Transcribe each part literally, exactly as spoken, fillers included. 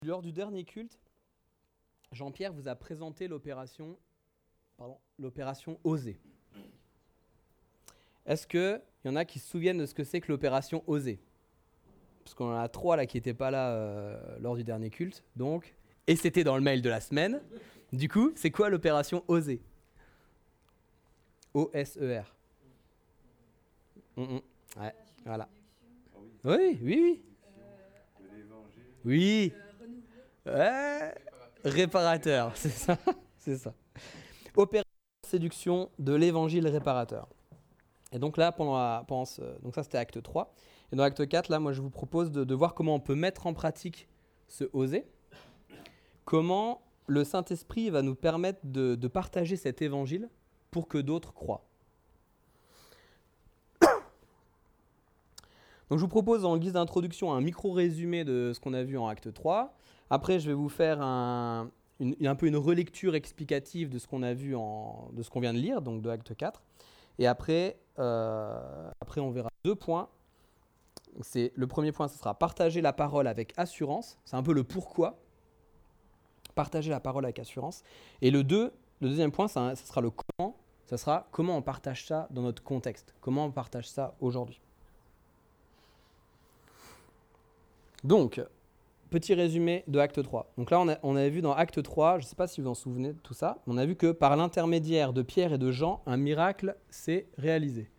Lors du dernier culte, Jean-Pierre vous a présenté l'opération, pardon, l'opération Oser. Est-ce qu'il y en a qui se souviennent de ce que c'est que l'opération Oser ? Parce qu'on en a trois là qui n'étaient pas là euh, lors du dernier culte, donc, et c'était dans le mail de la semaine. Du coup, c'est quoi l'opération Oser ? O S E R. Mm-mm. Ouais, voilà. Oui, oui, oui. Oui. Ouais. Réparateur, c'est ça, c'est ça. Opération séduction de l'évangile réparateur. Et donc là, pendant, la, pendant ce, donc ça c'était acte trois. Et dans acte quatre, là, moi je vous propose de, de voir comment on peut mettre en pratique ce oser. Comment le Saint-Esprit va nous permettre de, de partager cet évangile pour que d'autres croient. Donc je vous propose en guise d'introduction un micro-résumé de ce qu'on a vu en acte trois. Après, je vais vous faire un, une, un peu une relecture explicative de ce qu'on a vu, en, de ce qu'on vient de lire, donc de acte quatre. Et après, euh, après on verra deux points. C'est, le premier point, ce sera partager la parole avec assurance. C'est un peu le pourquoi. Partager la parole avec assurance. Et le, deux, le deuxième point, ça, ça sera le comment. Ça sera comment on partage ça dans notre contexte. Comment on partage ça aujourd'hui. Donc, petit résumé de acte trois. Donc là, on, a, on avait vu dans acte trois, je ne sais pas si vous vous en souvenez de tout ça, on a vu que par l'intermédiaire de Pierre et de Jean, un miracle s'est réalisé.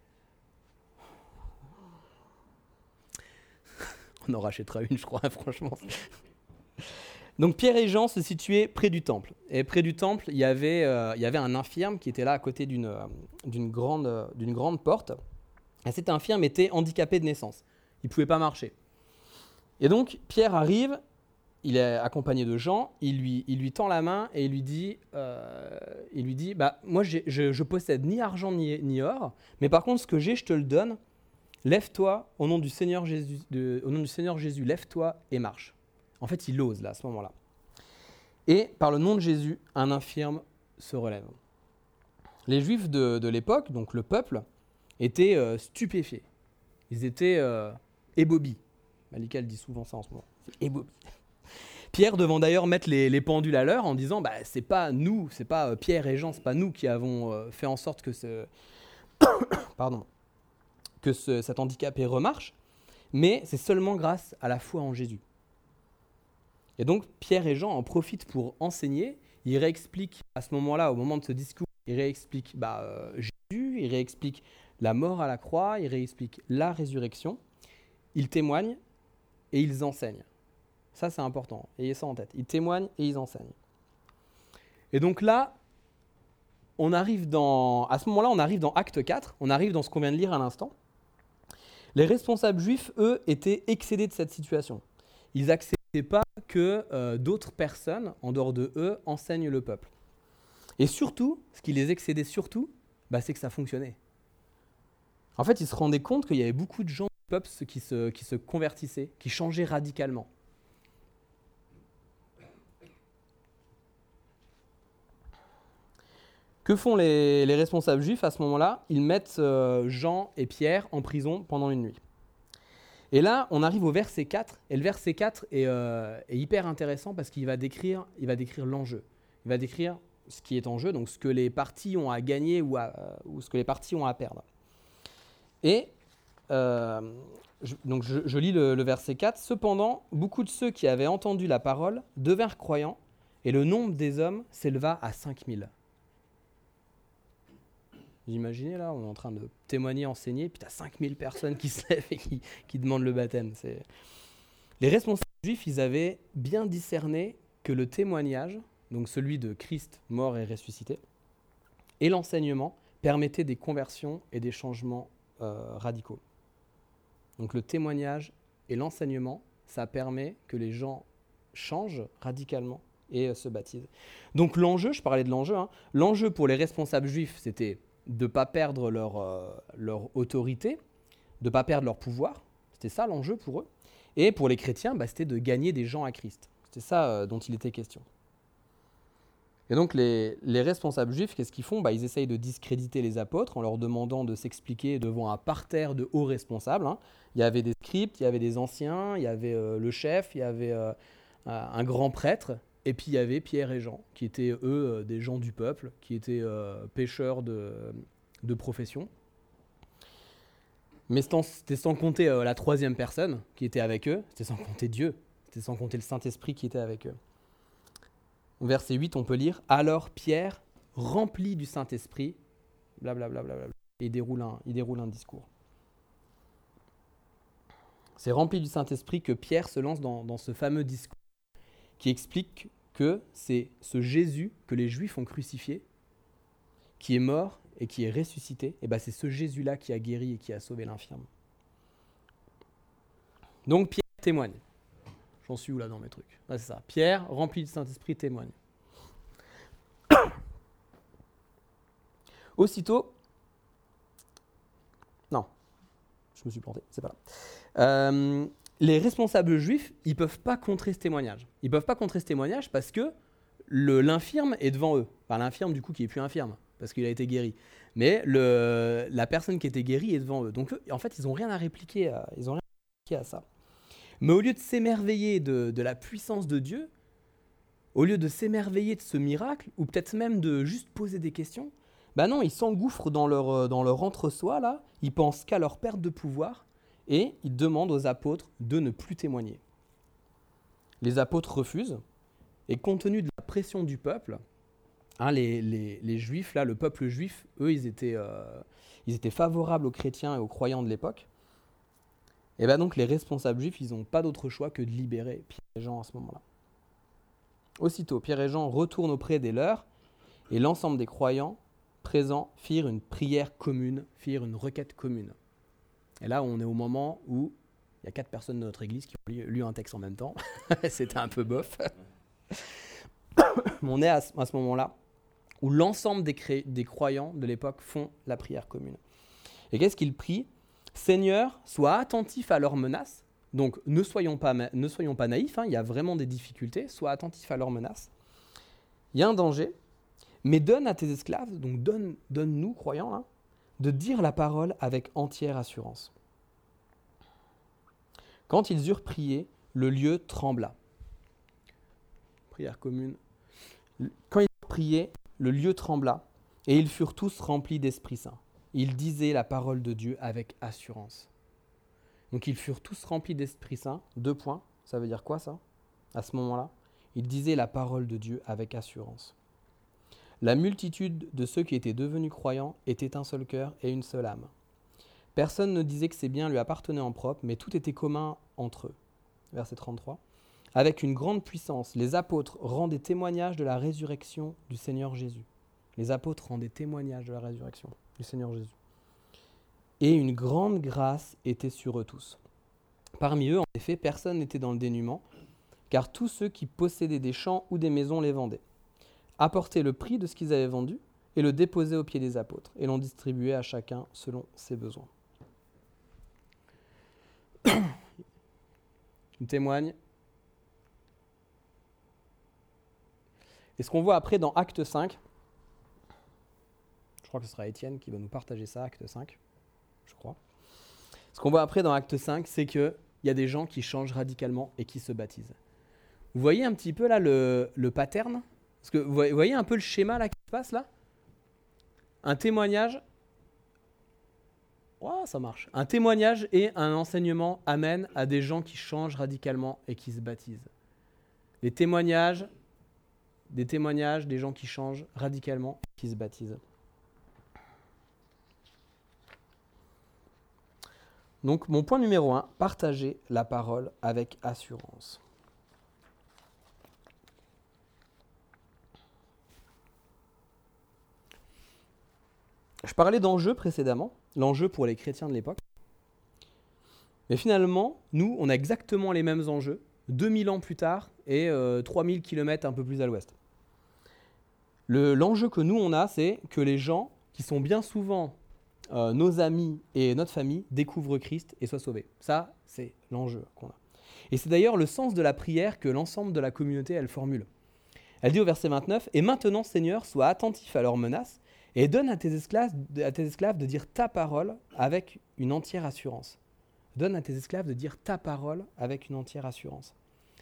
On en rachètera une, je crois, franchement. Donc Pierre et Jean se situaient près du temple. Et près du temple, il y avait, euh, il y avait un infirme qui était là à côté d'une, euh, d'une, grande, euh, d'une grande porte. Et cet infirme était handicapé de naissance. Il ne pouvait pas marcher. Et donc, Pierre arrive, il est accompagné de Jean, il lui, il lui tend la main et il lui dit, euh, il lui dit bah, moi, j'ai, je, je possède ni argent ni, ni or, mais par contre, ce que j'ai, je te le donne. Lève-toi, au nom du Seigneur Jésus, de, au nom du Seigneur Jésus, lève-toi et marche. En fait, il ose, là, à ce moment-là. Et par le nom de Jésus, un infirme se relève. Les Juifs de, de l'époque, donc le peuple, étaient euh, stupéfiés. Ils étaient euh, ébobis. Malika, elle dit souvent ça en ce moment. C'est ébobis. Pierre devant d'ailleurs mettre les, les pendules à l'heure en disant bah, c'est pas nous, c'est pas euh, Pierre et Jean, c'est pas nous qui avons euh, fait en sorte que, ce, pardon, que ce, cet handicapé remarche, mais c'est seulement grâce à la foi en Jésus. Et donc Pierre et Jean en profitent pour enseigner. Ils réexpliquent à ce moment-là, au moment de ce discours, ils réexpliquent bah, euh, Jésus, ils réexpliquent la mort à la croix, ils réexpliquent la résurrection. Ils témoignent et ils enseignent. Ça, c'est important. Ayez ça en tête. Ils témoignent et ils enseignent. Et donc là, on arrive dans, à ce moment-là, on arrive dans acte quatre. On arrive dans ce qu'on vient de lire à l'instant. Les responsables juifs, eux, étaient excédés de cette situation. Ils n'acceptaient pas que euh, d'autres personnes, en dehors de eux, enseignent le peuple. Et surtout, ce qui les excédait surtout, bah, c'est que ça fonctionnait. En fait, ils se rendaient compte qu'il y avait beaucoup de gens du peuple qui se, qui se convertissaient, qui changeaient radicalement. Que font les, les responsables juifs à ce moment-là ? Ils mettent euh, Jean et Pierre en prison pendant une nuit. Et là, on arrive au verset quatre, et le verset quatre est, euh, est hyper intéressant parce qu'il va décrire, il va décrire l'enjeu. Il va décrire ce qui est en jeu, donc ce que les parties ont à gagner ou, à, euh, ou ce que les parties ont à perdre. Et euh, je, donc je, je lis le, le verset quatre. « Cependant, beaucoup de ceux qui avaient entendu la parole devinrent croyants, et le nombre des hommes s'éleva à cinq mille. » Vous imaginez là, on est en train de témoigner, enseigner, puis tu as cinq mille personnes qui se lèvent et qui, qui demandent le baptême. C'est... Les responsables juifs, ils avaient bien discerné que le témoignage, donc celui de Christ mort et ressuscité, et l'enseignement permettaient des conversions et des changements euh, radicaux. Donc le témoignage et l'enseignement, ça permet que les gens changent radicalement et euh, se baptisent. Donc l'enjeu, je parlais de l'enjeu, hein, l'enjeu pour les responsables juifs, c'était de ne pas perdre leur, euh, leur autorité, de ne pas perdre leur pouvoir. C'était ça l'enjeu pour eux. Et pour les chrétiens, bah, c'était de gagner des gens à Christ. C'était ça euh, dont il était question. Et donc les, les responsables juifs, qu'est-ce qu'ils font ? Bah, ils essayent de discréditer les apôtres en leur demandant de s'expliquer devant un parterre de hauts responsables. Hein. Il y avait des scribes, il y avait des anciens, il y avait euh, le chef, il y avait euh, un grand prêtre, et puis il y avait Pierre et Jean, qui étaient eux des gens du peuple, qui étaient euh, pêcheurs de, de profession. Mais c'était sans compter euh, la troisième personne qui était avec eux, c'était sans compter Dieu, c'était sans compter le Saint-Esprit qui était avec eux. Au verset huit, on peut lire « Alors Pierre, rempli du Saint-Esprit, blablabla, bla bla bla, et il déroule un, il déroule un discours. » C'est rempli du Saint-Esprit que Pierre se lance dans, dans ce fameux discours qui explique que c'est ce Jésus que les Juifs ont crucifié, qui est mort et qui est ressuscité, et ben c'est ce Jésus-là qui a guéri et qui a sauvé l'infirme. Donc Pierre témoigne. J'en suis où là dans mes trucs ? Ah, c'est ça. Pierre, rempli du Saint-Esprit, témoigne. Aussitôt, non, je me suis planté, c'est pas là. Euh, les responsables juifs, ils peuvent pas contrer ce témoignage. Ils peuvent pas contrer ce témoignage parce que le, l'infirme est devant eux. Enfin, l'infirme du coup qui est plus infirme parce qu'il a été guéri. Mais le, la personne qui était guérie est devant eux. Donc en fait, ils n'ont rien à répliquer. À, ils ont rien à répliquer à ça. Mais au lieu de s'émerveiller de, de la puissance de Dieu, au lieu de s'émerveiller de ce miracle, ou peut-être même de juste poser des questions, ben non, ils s'engouffrent dans leur, dans leur entre-soi, là, ils pensent qu'à leur perte de pouvoir, et ils demandent aux apôtres de ne plus témoigner. Les apôtres refusent, et compte tenu de la pression du peuple, hein, les, les, les Juifs, là, le peuple juif, eux, ils étaient, euh, ils étaient favorables aux chrétiens et aux croyants de l'époque, et bien donc les responsables juifs, ils n'ont pas d'autre choix que de libérer Pierre et Jean à ce moment-là. Aussitôt, Pierre et Jean retournent auprès des leurs, et l'ensemble des croyants présents firent une prière commune, firent une requête commune. Et là, on est au moment où il y a quatre personnes de notre église qui ont lu un texte en même temps. C'était un peu bof. On est à ce, à ce moment-là où l'ensemble des, cré- des croyants de l'époque font la prière commune. Et qu'est-ce qu'ils prient ? Seigneur, sois attentif à leurs menaces. Donc, ne soyons pas, ne soyons pas naïfs, hein, il y a vraiment des difficultés. Sois attentif à leurs menaces. Il y a un danger. Mais donne à tes esclaves, donc donne, donne-nous, croyants, là, de dire la parole avec entière assurance. Quand ils eurent prié, le lieu trembla. Prière commune. Quand ils eurent prié, le lieu trembla, et ils furent tous remplis d'Esprit Saint. Ils disaient la parole de Dieu avec assurance. Donc ils furent tous remplis d'Esprit Saint. Deux points. Ça veut dire quoi, ça ? À ce moment-là, ils disaient la parole de Dieu avec assurance. La multitude de ceux qui étaient devenus croyants était un seul cœur et une seule âme. Personne ne disait que ses biens lui appartenaient en propre, mais tout était commun entre eux. Verset trente-trois. Avec une grande puissance, les apôtres rendaient témoignage de la résurrection du Seigneur Jésus. Les apôtres rendaient témoignage de la résurrection du Seigneur Jésus. Et une grande grâce était sur eux tous. Parmi eux, en effet, personne n'était dans le dénuement, car tous ceux qui possédaient des champs ou des maisons les vendaient, apportaient le prix de ce qu'ils avaient vendu et le déposaient aux pieds des apôtres, et l'on distribuait à chacun selon ses besoins. Il témoigne. Et ce qu'on voit après dans Acte cinq, je crois que ce sera Étienne qui va nous partager ça, Acte cinq, je crois. Ce qu'on voit après dans Acte cinq, c'est qu'il y a des gens qui changent radicalement et qui se baptisent. Vous voyez un petit peu là le, le pattern ? Parce que vous voyez un peu le schéma là qui se passe là ? Un témoignage, oh, ça marche. Un témoignage et un enseignement amènent à des gens qui changent radicalement et qui se baptisent. Les témoignages, des témoignages, des gens qui changent radicalement et qui se baptisent. Donc mon point numéro un, partager la parole avec assurance. Je parlais d'enjeux précédemment, l'enjeu pour les chrétiens de l'époque. Mais finalement, nous, on a exactement les mêmes enjeux, deux mille ans plus tard et euh, trois mille kilomètres un peu plus à l'ouest. Le, l'enjeu que nous, on a, c'est que les gens, qui sont bien souvent euh, nos amis et notre famille, découvrent Christ et soient sauvés. Ça, c'est l'enjeu qu'on a. Et c'est d'ailleurs le sens de la prière que l'ensemble de la communauté, elle formule. Elle dit au verset vingt-neuf, « Et maintenant, Seigneur, sois attentif à leurs menaces, et donne à tes esclaves, à tes esclaves de dire ta parole avec une entière assurance. » Donne à tes esclaves de dire ta parole avec une entière assurance.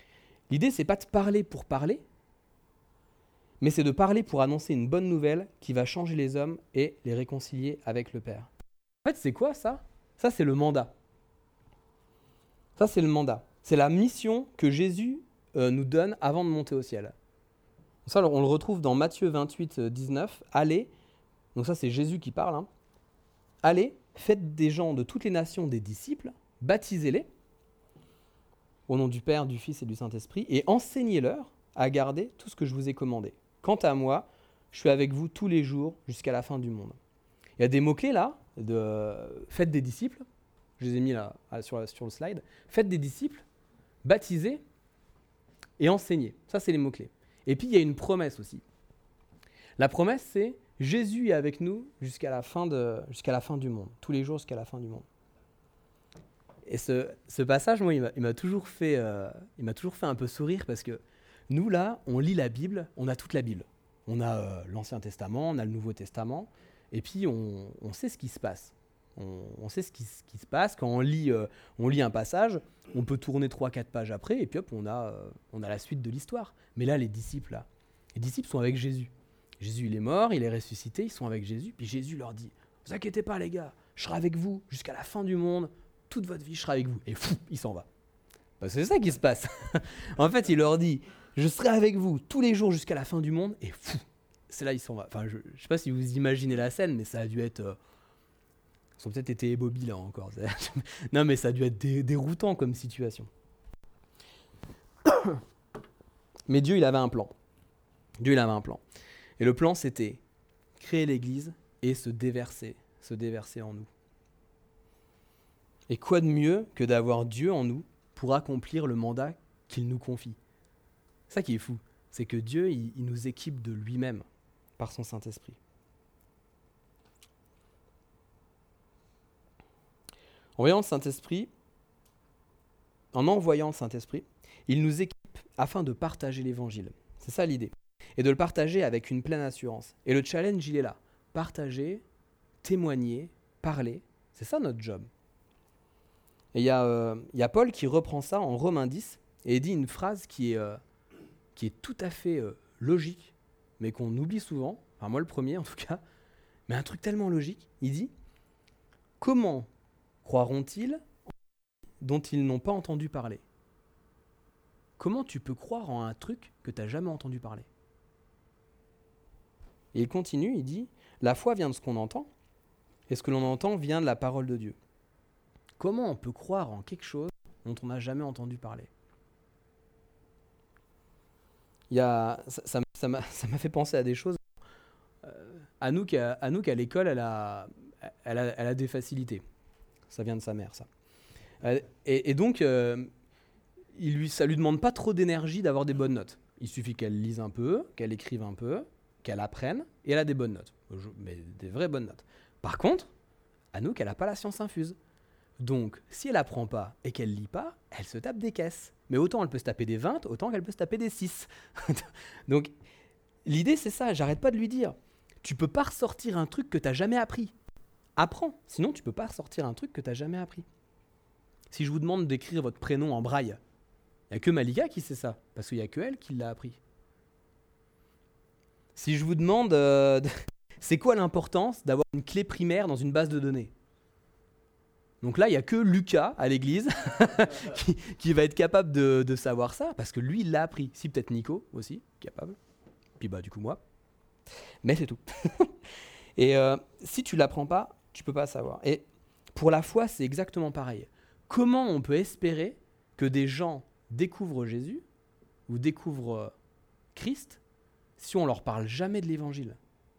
L'idée, c'est pas de parler pour parler, mais c'est de parler pour annoncer une bonne nouvelle qui va changer les hommes et les réconcilier avec le Père. En fait, c'est quoi ça ? Ça, c'est le mandat. Ça, c'est le mandat. C'est la mission que Jésus euh, nous donne avant de monter au ciel. Ça, on le retrouve dans Matthieu vingt-huit, dix-neuf. Allez, donc ça, c'est Jésus qui parle. Hein. Allez, faites des gens de toutes les nations des disciples, baptisez-les au nom du Père, du Fils et du Saint-Esprit, et enseignez-leur à garder tout ce que je vous ai commandé. Quant à moi, je suis avec vous tous les jours jusqu'à la fin du monde. Il y a des mots-clés là, de euh, faites des disciples, je les ai mis là sur, sur le slide, faites des disciples, baptisez et enseignez. Ça, c'est les mots-clés. Et puis, il y a une promesse aussi. La promesse, c'est Jésus est avec nous jusqu'à la fin, de, jusqu'à la fin du monde, tous les jours jusqu'à la fin du monde. Et ce, ce passage, moi, il m'a, il m'a toujours fait, euh, il m'a toujours fait un peu sourire parce que nous, là, on lit la Bible, on a toute la Bible. On a euh, l'Ancien Testament, on a le Nouveau Testament, et puis on, on sait ce qui se passe. On, on sait ce qui, ce qui se passe. Quand on lit, euh, on lit un passage, on peut tourner trois quatre pages après, et puis hop, on a, euh, on a la suite de l'histoire. Mais là, les disciples, là, les disciples sont avec Jésus. Jésus, il est mort, il est ressuscité, ils sont avec Jésus, puis Jésus leur dit « Vous inquiétez pas, les gars, je serai avec vous jusqu'à la fin du monde, toute votre vie, je serai avec vous. » Et fou, il s'en va. Parce que c'est ça qui se passe. En fait, il leur dit « Je serai avec vous tous les jours jusqu'à la fin du monde. » Et fou, c'est là il s'en va. Enfin, je ne sais pas si vous imaginez la scène, mais ça a dû être... Euh, ils ont peut-être été ébobis là encore. Non, mais ça a dû être dé- déroutant comme situation. Mais Dieu, il avait un plan. Dieu, il avait un plan. Et le plan, c'était créer l'Église et se déverser, se déverser en nous. Et quoi de mieux que d'avoir Dieu en nous pour accomplir le mandat qu'il nous confie. C'est ça qui est fou, c'est que Dieu, il, il nous équipe de lui-même par son Saint-Esprit. En voyant le Saint-Esprit, en envoyant le Saint-Esprit, il nous équipe afin de partager l'Évangile. C'est ça l'idée. Et de le partager avec une pleine assurance. Et le challenge, il est là. Partager, témoigner, parler, c'est ça notre job. Et il y, euh, y a Paul qui reprend ça en Romains dix et il dit une phrase qui est, euh, qui est tout à fait euh, logique, mais qu'on oublie souvent, enfin moi le premier en tout cas, mais un truc tellement logique. Il dit « Comment croiront-ils dont ils n'ont pas entendu parler ?» Comment tu peux croire en un truc que tu n'as jamais entendu parler ? Et il continue, il dit « La foi vient de ce qu'on entend, et ce que l'on entend vient de la parole de Dieu. » Comment on peut croire en quelque chose dont on n'a jamais entendu parler ? Il y a, ça, ça, ça, m'a, ça m'a fait penser à des choses. Euh, Anouk, à, Anouk, à l'école, elle a, elle, a, elle a des facilités. Ça vient de sa mère, ça. Euh, et, et donc, euh, il lui, ça ne lui demande pas trop d'énergie d'avoir des bonnes notes. Il suffit qu'elle lise un peu, qu'elle écrive un peu, qu'elle apprenne, et elle a des bonnes notes. Mais des vraies bonnes notes. Par contre, Anouk, elle n'a pas la science infuse. Donc, si elle apprend pas et qu'elle lit pas, elle se tape des caisses. Mais autant elle peut se taper des vingt, autant qu'elle peut se taper des six. Donc, l'idée, c'est ça. J'arrête pas de lui dire. Tu peux pas ressortir un truc que tu n'as jamais appris. Apprends. Sinon, tu peux pas ressortir un truc que tu n'as jamais appris. Si je vous demande d'écrire votre prénom en braille, il n'y a que Malika qui sait ça. Parce qu'il n'y a que elle qui l'a appris. Si je vous demande, euh, c'est quoi l'importance d'avoir une clé primaire dans une base de données ? Donc là, il n'y a que Lucas à l'église qui, qui va être capable de, de savoir ça, parce que lui, il l'a appris. Si, peut-être Nico aussi, capable. Puis bah, du coup, moi. Mais c'est tout. Et euh, si tu ne l'apprends pas, tu ne peux pas savoir. Et pour la foi, c'est exactement pareil. Comment on peut espérer que des gens découvrent Jésus ou découvrent Christ si on ne leur parle jamais de l'Évangile ?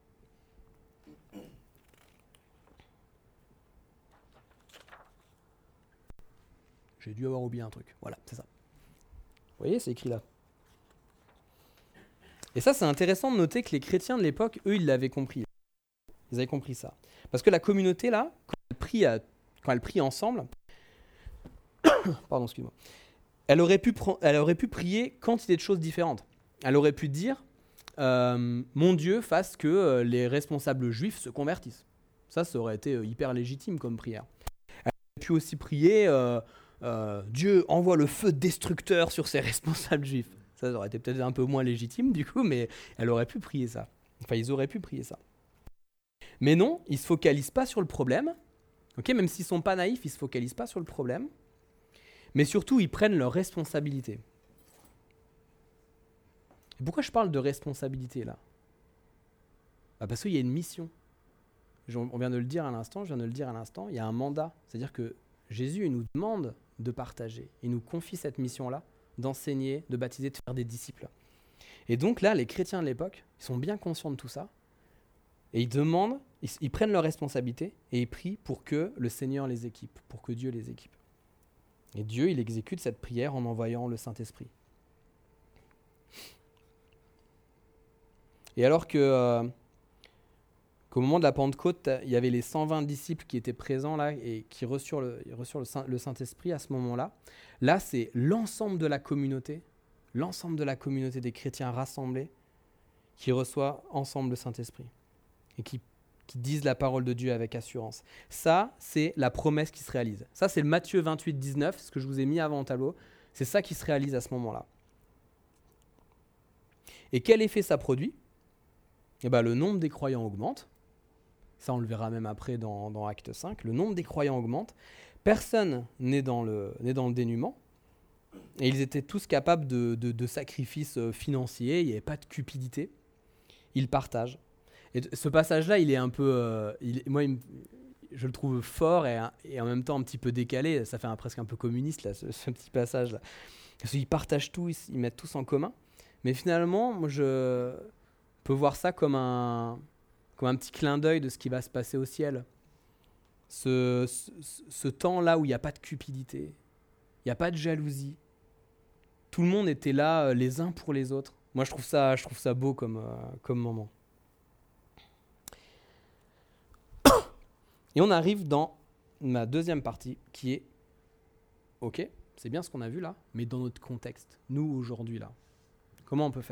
J'ai dû avoir oublié un truc. Voilà, c'est ça. Vous voyez, c'est écrit là. Et ça, c'est intéressant de noter que les chrétiens de l'époque, eux, ils l'avaient compris. Ils avaient compris ça. Parce que la communauté, là, quand elle prie, à, quand elle prie ensemble, pardon, excuse-moi, elle aurait pu, elle aurait pu prier quantité de choses différentes. Elle aurait pu dire, euh, mon Dieu fasse que euh, les responsables juifs se convertissent. Ça, ça aurait été euh, hyper légitime comme prière. Elle aurait pu aussi prier... Euh, euh, Dieu envoie le feu destructeur sur ses responsables juifs. Ça aurait été peut-être un peu moins légitime du coup, mais elle aurait pu prier ça. Enfin, ils auraient pu prier ça. Mais non, ils ne se focalisent pas sur le problème. Okay, même s'ils ne sont pas naïfs, ils ne se focalisent pas sur le problème. Mais surtout, ils prennent leurs responsabilités. Et pourquoi je parle de responsabilité là ? Bah parce qu'il y a une mission. On vient de le dire à l'instant, je viens de le dire à l'instant, il y a un mandat. C'est-à-dire que Jésus il nous demande de partager. Il nous confie cette mission-là, d'enseigner, de baptiser, de faire des disciples. Et donc là, les chrétiens de l'époque, ils sont bien conscients de tout ça. Et ils demandent, ils, ils prennent leurs responsabilités et ils prient pour que le Seigneur les équipe, pour que Dieu les équipe. Et Dieu, il exécute cette prière en envoyant le Saint-Esprit. Et alors que, euh, qu'au moment de la Pentecôte, il y avait les cent vingt disciples qui étaient présents là et qui reçurent le, reçurent le, Saint, le Saint-Esprit à ce moment-là, là, c'est l'ensemble de la communauté, l'ensemble de la communauté des chrétiens rassemblés qui reçoit ensemble le Saint-Esprit et qui, qui disent la parole de Dieu avec assurance. Ça, c'est la promesse qui se réalise. Ça, c'est le Matthieu vingt-huit dix-neuf, ce que je vous ai mis avant au tableau. C'est ça qui se réalise à ce moment-là. Et quel effet ça produit ? Eh ben, le nombre des croyants augmente. Ça, on le verra même après dans, dans Acte cinq. Le nombre des croyants augmente. Personne n'est dans le, n'est dans le dénuement. Et ils étaient tous capables de, de, de sacrifices financiers. Il n'y avait pas de cupidité. Ils partagent. Et ce passage-là, il est un peu... Euh, il, moi, il, je le trouve fort et, et en même temps un petit peu décalé. Ça fait un, presque un peu communiste, là, ce, ce petit passage-là. Parce qu'ils partagent tout, ils, ils mettent tous en commun. Mais finalement, moi, je peux voir ça comme un, comme un petit clin d'œil de ce qui va se passer au ciel. Ce, ce, ce temps-là où il n'y a pas de cupidité, il n'y a pas de jalousie. Tout le monde était là, les uns pour les autres. Moi, je trouve ça, je trouve ça beau comme, euh, comme moment. Et on arrive dans ma deuxième partie qui est, ok, c'est bien ce qu'on a vu là, mais dans notre contexte, nous aujourd'hui là, comment on peut faire ?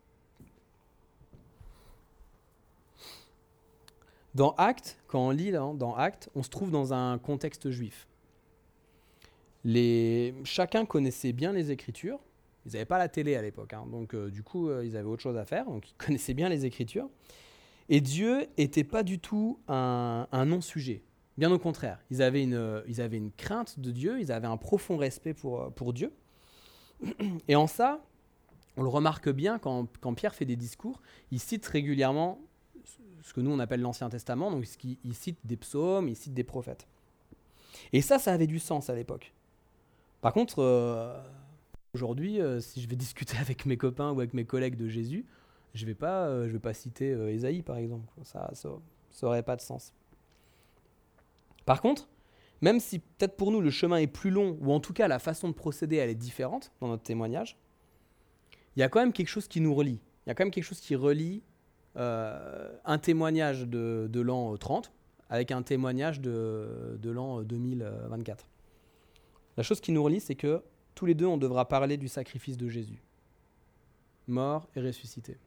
Dans Actes, quand on lit là, dans Actes, on se trouve dans un contexte juif. Les... Chacun connaissait bien les Écritures. Ils n'avaient pas la télé à l'époque, hein, donc euh, du coup, euh, ils avaient autre chose à faire, donc ils connaissaient bien les Écritures. Et Dieu n'était pas du tout un, un non-sujet. Bien au contraire, ils avaient, une, ils avaient une crainte de Dieu, ils avaient un profond respect pour, pour Dieu. Et en ça, on le remarque bien quand, quand Pierre fait des discours, il cite régulièrement ce que nous on appelle l'Ancien Testament, donc il, il cite des psaumes, il cite des prophètes. Et ça, ça avait du sens à l'époque. Par contre, euh, aujourd'hui, euh, si je vais discuter avec mes copains ou avec mes collègues de Jésus, je ne vais pas, euh, je vais pas citer euh, Ésaïe, par exemple. Ça n'aurait pas de sens. Par contre, même si peut-être pour nous le chemin est plus long, ou en tout cas la façon de procéder elle est différente dans notre témoignage, il y a quand même quelque chose qui nous relie. Il y a quand même quelque chose qui relie euh, un témoignage de, de l'an trente avec un témoignage de, de l'an deux mille vingt-quatre. La chose qui nous relie, c'est que tous les deux, on devra parler du sacrifice de Jésus, mort et ressuscité.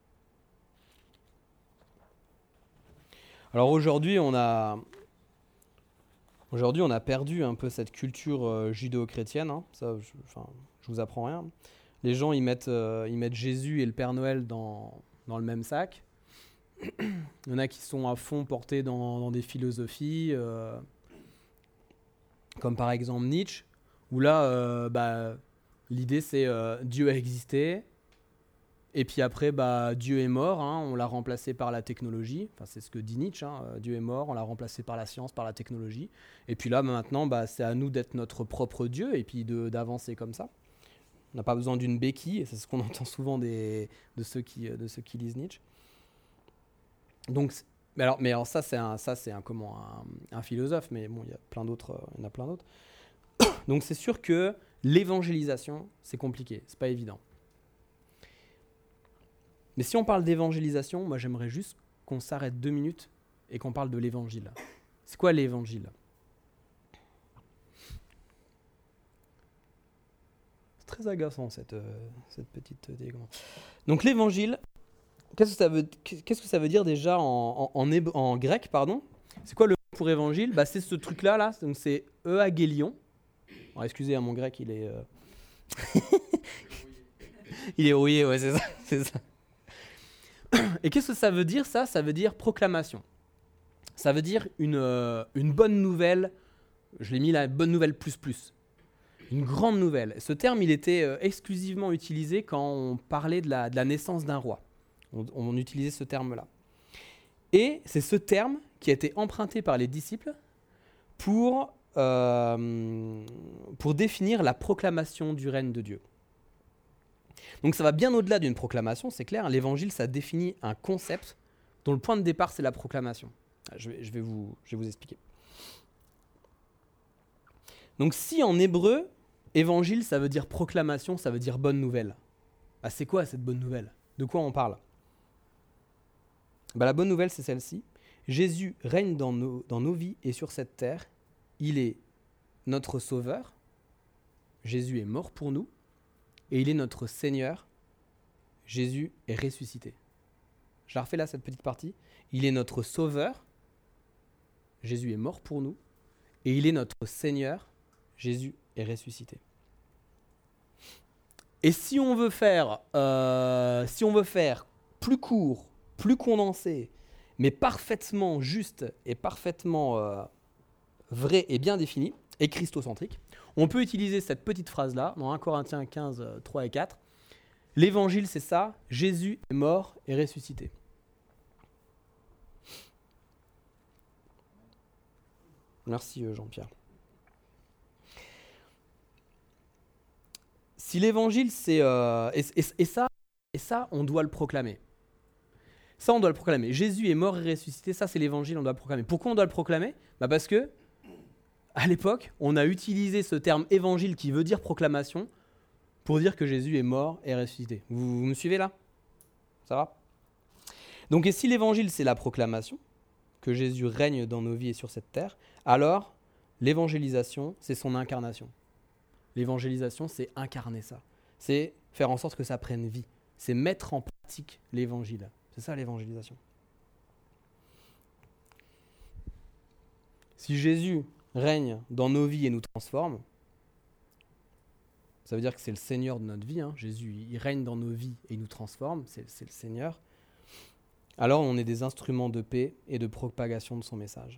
Alors aujourd'hui, on a, aujourd'hui, on a perdu un peu cette culture euh, judéo-chrétienne. Hein. Ça, je, enfin, je vous apprends rien. Les gens, ils mettent, euh, ils mettent Jésus et le Père Noël dans, dans le même sac. Il y en a qui sont à fond portés dans, dans des philosophies, euh, comme par exemple Nietzsche, où là, euh, bah, l'idée c'est euh, Dieu a existé, et puis après, bah, Dieu est mort, hein, on l'a remplacé par la technologie, enfin, c'est ce que dit Nietzsche, hein, Dieu est mort, on l'a remplacé par la science, par la technologie, et puis là, maintenant, bah, c'est à nous d'être notre propre Dieu, et puis de, d'avancer comme ça. On n'a pas besoin d'une béquille, et c'est ce qu'on entend souvent des, de, ceux qui, de ceux qui lisent Nietzsche. Donc, mais alors, mais alors ça, c'est un, ça, c'est un, comment, un, un philosophe, mais bon, il y a plein d'autres, il y en a plein d'autres. Donc, c'est sûr que l'évangélisation, c'est compliqué, c'est pas évident. Mais si on parle d'évangélisation, moi, j'aimerais juste qu'on s'arrête deux minutes et qu'on parle de l'évangile. C'est quoi l'évangile ? C'est très agaçant, cette, euh, cette petite télécommande. Donc, l'évangile, qu'est-ce que ça veut, qu'est-ce que ça veut dire déjà en, en, en, héb- en grec, pardon ? C'est quoi le mot pour évangile ? Bah, c'est ce truc-là, là, donc c'est euagélion. Alors, excusez, hein, mon grec, il est... euh, il est rouillé, ouais, c'est ça, c'est ça. Et qu'est-ce que ça veut dire, ça? Ça veut dire proclamation. Ça veut dire une, euh, une bonne nouvelle, je l'ai mis là, bonne nouvelle plus plus. Une grande nouvelle. Ce terme, il était euh, exclusivement utilisé quand on parlait de la, de la naissance d'un roi. On, on utilisait ce terme-là. Et c'est ce terme qui a été emprunté par les disciples pour, euh, pour définir la proclamation du règne de Dieu. Donc ça va bien au-delà d'une proclamation, c'est clair. L'évangile, ça définit un concept dont le point de départ, c'est la proclamation. Je vais, je vais, vous, je vais vous expliquer. Donc si en hébreu, évangile, ça veut dire proclamation, ça veut dire bonne nouvelle. Ah, c'est quoi cette bonne nouvelle? De quoi on parle? Bah, la bonne nouvelle, c'est celle-ci. Jésus règne dans nos, dans nos vies et sur cette terre. Il est notre sauveur. Jésus est mort pour nous. Et il est notre Seigneur. Jésus est ressuscité. Je la refais là, cette petite partie. Il est notre sauveur. Jésus est mort pour nous. Et il est notre Seigneur. Jésus est ressuscité. Et si on veut faire, euh, si on veut faire plus court, plus condensé, mais parfaitement juste et parfaitement euh, vrai et bien défini, et christocentrique, on peut utiliser cette petite phrase-là, dans un Corinthiens quinze, trois et quatre. L'évangile, c'est ça, Jésus est mort et ressuscité. Merci Jean-Pierre. Si l'évangile, c'est... Euh, et, et, et, ça, et ça, on doit le proclamer. Ça, on doit le proclamer. Jésus est mort et ressuscité, ça, c'est l'évangile, on doit le proclamer. Pourquoi on doit le proclamer? Bah parce que, à l'époque, on a utilisé ce terme évangile qui veut dire proclamation pour dire que Jésus est mort et ressuscité. Vous, vous me suivez là? Ça va? Donc, et si l'évangile, c'est la proclamation, que Jésus règne dans nos vies et sur cette terre, alors l'évangélisation, c'est son incarnation. L'évangélisation, c'est incarner ça. C'est faire en sorte que ça prenne vie. C'est mettre en pratique l'évangile. C'est ça l'évangélisation. Si Jésus règne dans nos vies et nous transforme, ça veut dire que c'est le Seigneur de notre vie. Hein. Jésus, il règne dans nos vies et il nous transforme. C'est, c'est le Seigneur. Alors on est des instruments de paix et de propagation de son message.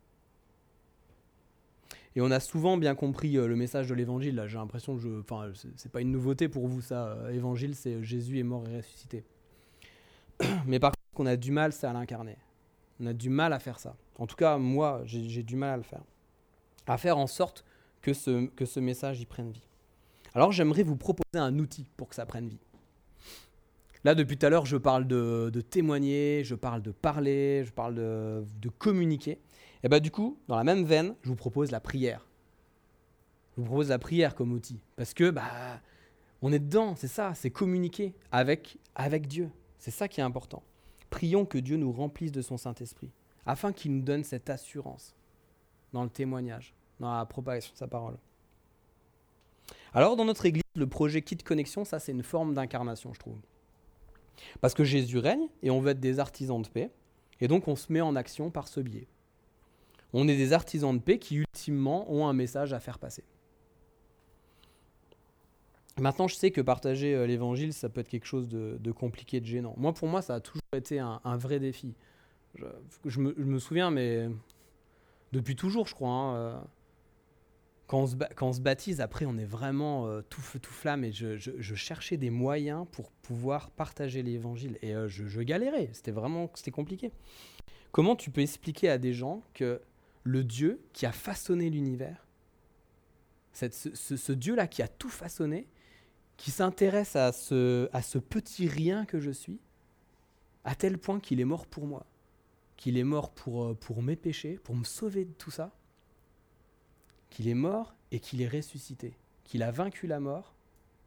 Et on a souvent bien compris euh, le message de l'évangile. Là, j'ai l'impression que je, enfin, c'est, c'est pas une nouveauté pour vous, ça. Euh, évangile, c'est Jésus est mort et ressuscité. Mais par contre, ce qu'on a du mal, c'est à l'incarner. On a du mal à faire ça. En tout cas, moi, j'ai, j'ai du mal à le faire. À faire en sorte que ce, que ce message y prenne vie. Alors, j'aimerais vous proposer un outil pour que ça prenne vie. Là, depuis tout à l'heure, je parle de, de témoigner, je parle de parler, je parle de, de communiquer. Et bien du coup, dans la même veine, je vous propose la prière. Je vous propose la prière comme outil. Parce que, bah, on est dedans, c'est ça, c'est communiquer avec, avec Dieu. C'est ça qui est important. Prions que Dieu nous remplisse de son Saint-Esprit, afin qu'il nous donne cette assurance dans le témoignage, dans la propagation de sa parole. Alors, dans notre église, le projet Kit Connexion, ça, c'est une forme d'incarnation, je trouve. Parce que Jésus règne, et on veut être des artisans de paix, et donc on se met en action par ce biais. On est des artisans de paix qui, ultimement, ont un message à faire passer. Maintenant, je sais que partager euh, l'évangile, ça peut être quelque chose de, de compliqué, de gênant. Moi, pour moi, ça a toujours été un, un vrai défi. Je, je, me, je me souviens, mais depuis toujours, je crois, hein, euh, quand, on se, quand on se baptise, après, on est vraiment euh, tout feu, tout flamme, et je, je, je cherchais des moyens pour pouvoir partager l'évangile. Et euh, je, je galérais, c'était vraiment c'était compliqué. Comment tu peux expliquer à des gens que le Dieu qui a façonné l'univers, cette, ce, ce, ce Dieu-là qui a tout façonné, qui s'intéresse à ce, à ce petit rien que je suis, à tel point qu'il est mort pour moi, qu'il est mort pour, pour mes péchés, pour me sauver de tout ça, qu'il est mort et qu'il est ressuscité, qu'il a vaincu la mort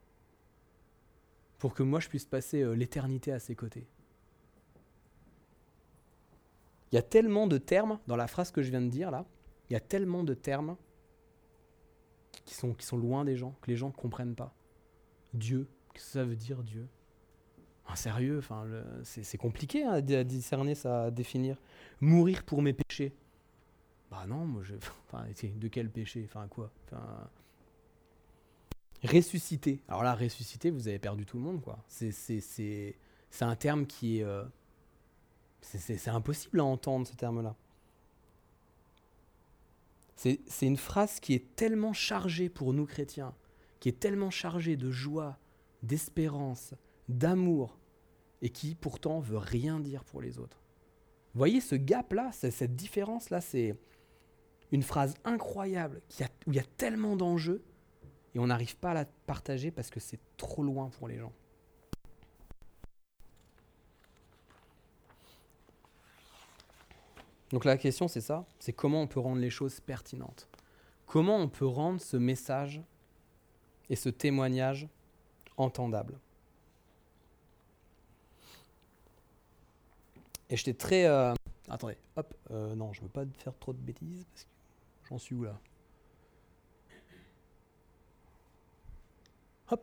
pour que moi je puisse passer euh, l'éternité à ses côtés. Il y a tellement de termes dans la phrase que je viens de dire là, il y a tellement de termes qui sont, qui sont loin des gens, que les gens ne comprennent pas. Dieu, qu'est-ce que ça veut dire Dieu? Ah, sérieux, enfin, le, c'est, c'est compliqué hein, à discerner ça, à définir. Mourir pour mes péchés. Bah non, moi je. Enfin, de quel péché? Enfin quoi? Enfin, Ressusciter. Alors là, ressusciter, vous avez perdu tout le monde, quoi. C'est, c'est, c'est, c'est un terme qui est... euh, c'est, c'est, c'est impossible à entendre, ce terme-là. C'est, c'est une phrase qui est tellement chargée pour nous chrétiens, qui est tellement chargée de joie, d'espérance, d'amour, et qui pourtant veut rien dire pour les autres. Vous voyez ce gap-là, c'est, cette différence-là, c'est une phrase incroyable qui a, où il y a tellement d'enjeux, et on n'arrive pas à la partager parce que c'est trop loin pour les gens. Donc la question, c'est ça, c'est comment on peut rendre les choses pertinentes. Comment on peut rendre ce message et ce témoignage entendable. Et j'étais très... Euh... Attendez, hop, euh, non, je ne veux pas faire trop de bêtises, parce que j'en suis où là ? Hop.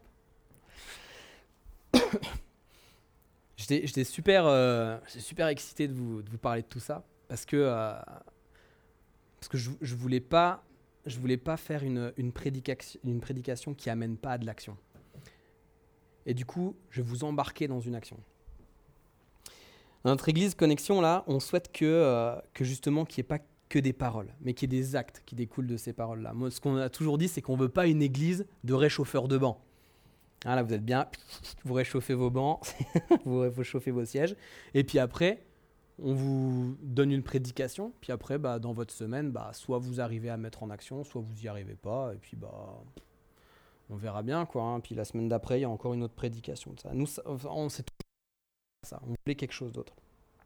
j'étais, j'étais super, euh, j'étais super excité de vous, de vous parler de tout ça, parce que, euh, parce que je ne voulais pas, je voulais pas faire une, une, prédication, une prédication qui amène pas à de l'action. Et du coup, je vais vous embarquer dans une action. Dans notre église Connexion, là, on souhaite que, euh, que justement, qu'il n'y ait pas que des paroles, mais qu'il y ait des actes qui découlent de ces paroles-là. Moi, ce qu'on a toujours dit, c'est qu'on ne veut pas une église de réchauffeurs de bancs. Hein, là, vous êtes bien, vous réchauffez vos bancs, vous réchauffez vos sièges, et puis après, on vous donne une prédication, puis après, bah, dans votre semaine, bah, soit vous arrivez à mettre en action, soit vous n'y arrivez pas, et puis bah, on verra bien, quoi. Hein. Puis la semaine d'après, il y a encore une autre prédication de ça. Nous, ça, on sait tout ça, on voulait quelque chose d'autre.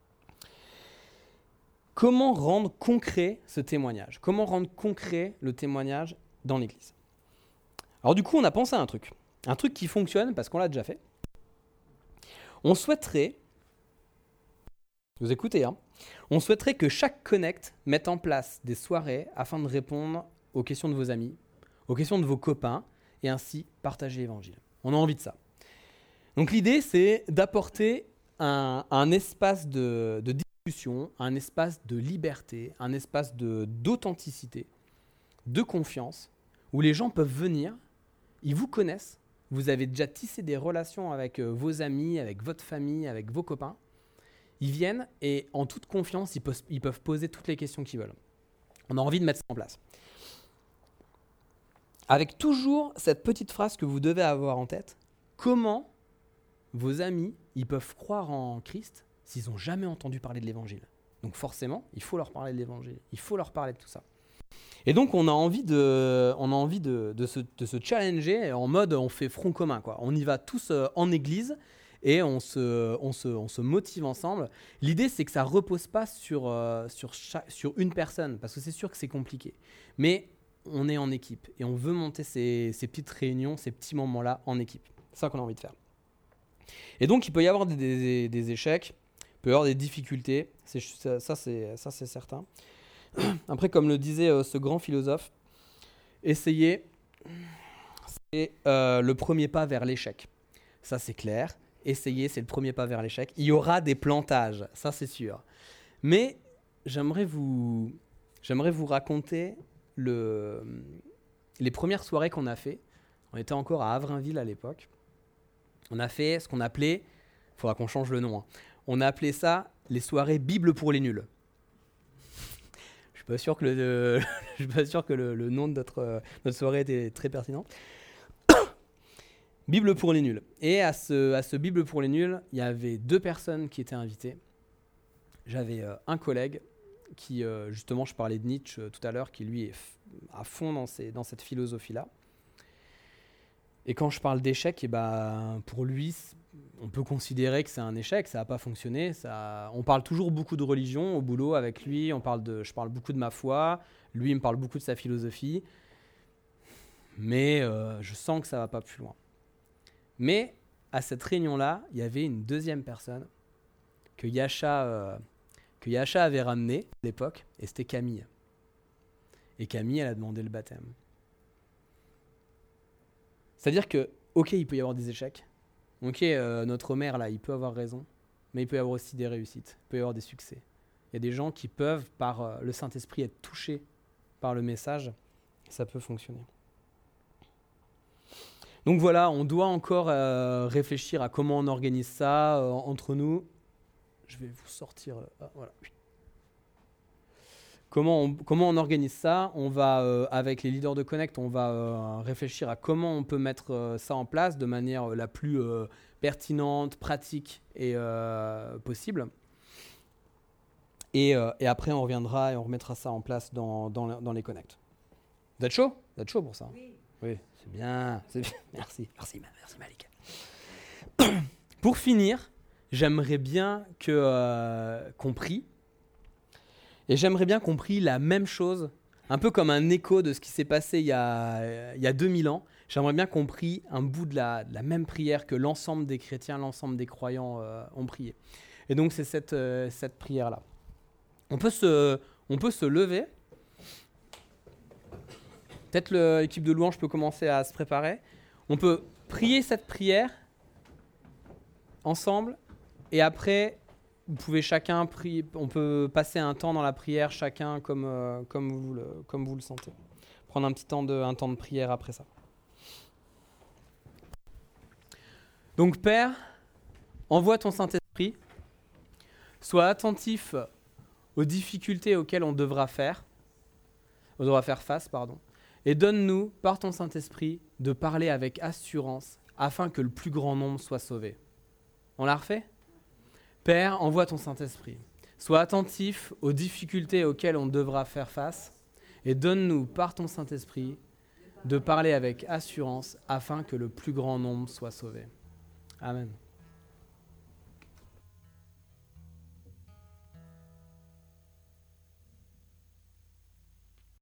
Comment rendre concret ce témoignage ? Comment rendre concret le témoignage dans l'église ? Alors du coup, on a pensé à un truc. Un truc qui fonctionne parce qu'on l'a déjà fait. On souhaiterait, vous écoutez, hein, on souhaiterait que chaque Connect mette en place des soirées afin de répondre aux questions de vos amis, aux questions de vos copains, et ainsi partager l'évangile. On a envie de ça. Donc l'idée, c'est d'apporter un, un espace de, de discussion, un espace de liberté, un espace de, d'authenticité, de confiance, où les gens peuvent venir, ils vous connaissent, vous avez déjà tissé des relations avec vos amis, avec votre famille, avec vos copains. Ils viennent et en toute confiance, ils peuvent, ils peuvent poser toutes les questions qu'ils veulent. On a envie de mettre ça en place. Avec toujours cette petite phrase que vous devez avoir en tête, comment vos amis, ils peuvent croire en Christ s'ils n'ont jamais entendu parler de l'évangile. Donc forcément, il faut leur parler de l'évangile, il faut leur parler de tout ça. Et donc on a envie de, on a envie de, de, se, de se challenger en mode on fait front commun, quoi. On y va tous en église et on se, on se, on se motive ensemble. L'idée, c'est que ça ne repose pas sur, euh, sur, chaque, sur une personne, parce que c'est sûr que c'est compliqué. Mais on est en équipe et on veut monter ces, ces petites réunions, ces petits moments-là en équipe. C'est ça qu'on a envie de faire. Et donc, il peut y avoir des, des, des échecs, il peut y avoir des difficultés, c'est, ça, ça, c'est, ça c'est certain. Après, comme le disait euh, ce grand philosophe, essayer, c'est euh, le premier pas vers l'échec. Ça, c'est clair. Essayer, c'est le premier pas vers l'échec. Il y aura des plantages, ça, c'est sûr. Mais j'aimerais vous, j'aimerais vous raconter le, les premières soirées qu'on a fait. On était encore à Havrinville à l'époque. On a fait ce qu'on appelait, il faudra qu'on change le nom, hein. On a appelé ça les soirées Bible pour les nuls. Je suis pas sûr que le, je suis pas sûr que le, le nom de notre, euh, notre soirée était très pertinent. Bible pour les nuls. Et à ce, à ce Bible pour les nuls, il y avait deux personnes qui étaient invitées. J'avais euh, un collègue qui, euh, justement, je parlais de Nietzsche euh, tout à l'heure, qui lui est f- à fond dans, ces, dans cette philosophie-là. Et quand je parle d'échec, et ben, pour lui, on peut considérer que c'est un échec, ça n'a pas fonctionné. Ça... On parle toujours beaucoup de religion au boulot avec lui, on parle de... je parle beaucoup de ma foi, lui il me parle beaucoup de sa philosophie, mais euh, je sens que ça ne va pas plus loin. Mais à cette réunion-là, il y avait une deuxième personne que Yasha, euh, que Yasha avait ramenée à l'époque, et c'était Camille. Et Camille, elle a demandé le baptême. C'est-à-dire que, ok, il peut y avoir des échecs. Ok, euh, notre mère, là, il peut avoir raison. Mais il peut y avoir aussi des réussites. Il peut y avoir des succès. Il y a des gens qui peuvent, par euh, le Saint-Esprit, être touchés par le message. Et ça peut fonctionner. Donc voilà, on doit encore euh, réfléchir à comment on organise ça euh, entre nous. Je vais vous sortir. euh, ah, voilà. Comment on, comment on organise ça? On va, euh, avec les leaders de Connect, on va euh, réfléchir à comment on peut mettre euh, ça en place de manière euh, la plus euh, pertinente, pratique et euh, possible. Et, euh, et après, on reviendra et on remettra ça en place dans, dans, dans les Connect. Vous êtes chaud? Vous êtes chaud pour ça? Oui. Oui, c'est bien. C'est bien. Merci, merci, merci Malik. Pour finir, j'aimerais bien que, euh, qu'on prie. Et j'aimerais bien qu'on prie la même chose, un peu comme un écho de ce qui s'est passé il y a, il y a deux mille ans. J'aimerais bien qu'on prie un bout de la, de la même prière que l'ensemble des chrétiens, l'ensemble des croyants euh, ont prié. Et donc, c'est cette, euh, cette prière-là. On peut se, on peut se lever. Peut-être le- l'équipe de louange peut commencer à se préparer. On peut prier cette prière ensemble. Et après, vous pouvez chacun prier. On peut passer un temps dans la prière, chacun comme, euh, comme, vous, le, comme vous le sentez. Prendre un petit temps de, un temps de prière après ça. Donc, Père, envoie ton Saint-Esprit. Sois attentif aux difficultés auxquelles on devra faire, on devra faire face, pardon, et donne-nous, par ton Saint-Esprit, de parler avec assurance afin que le plus grand nombre soit sauvé. On l'a refait ? Père, envoie ton Saint-Esprit. Sois attentif aux difficultés auxquelles on devra faire face et donne-nous, par ton Saint-Esprit, de parler avec assurance afin que le plus grand nombre soit sauvé. Amen.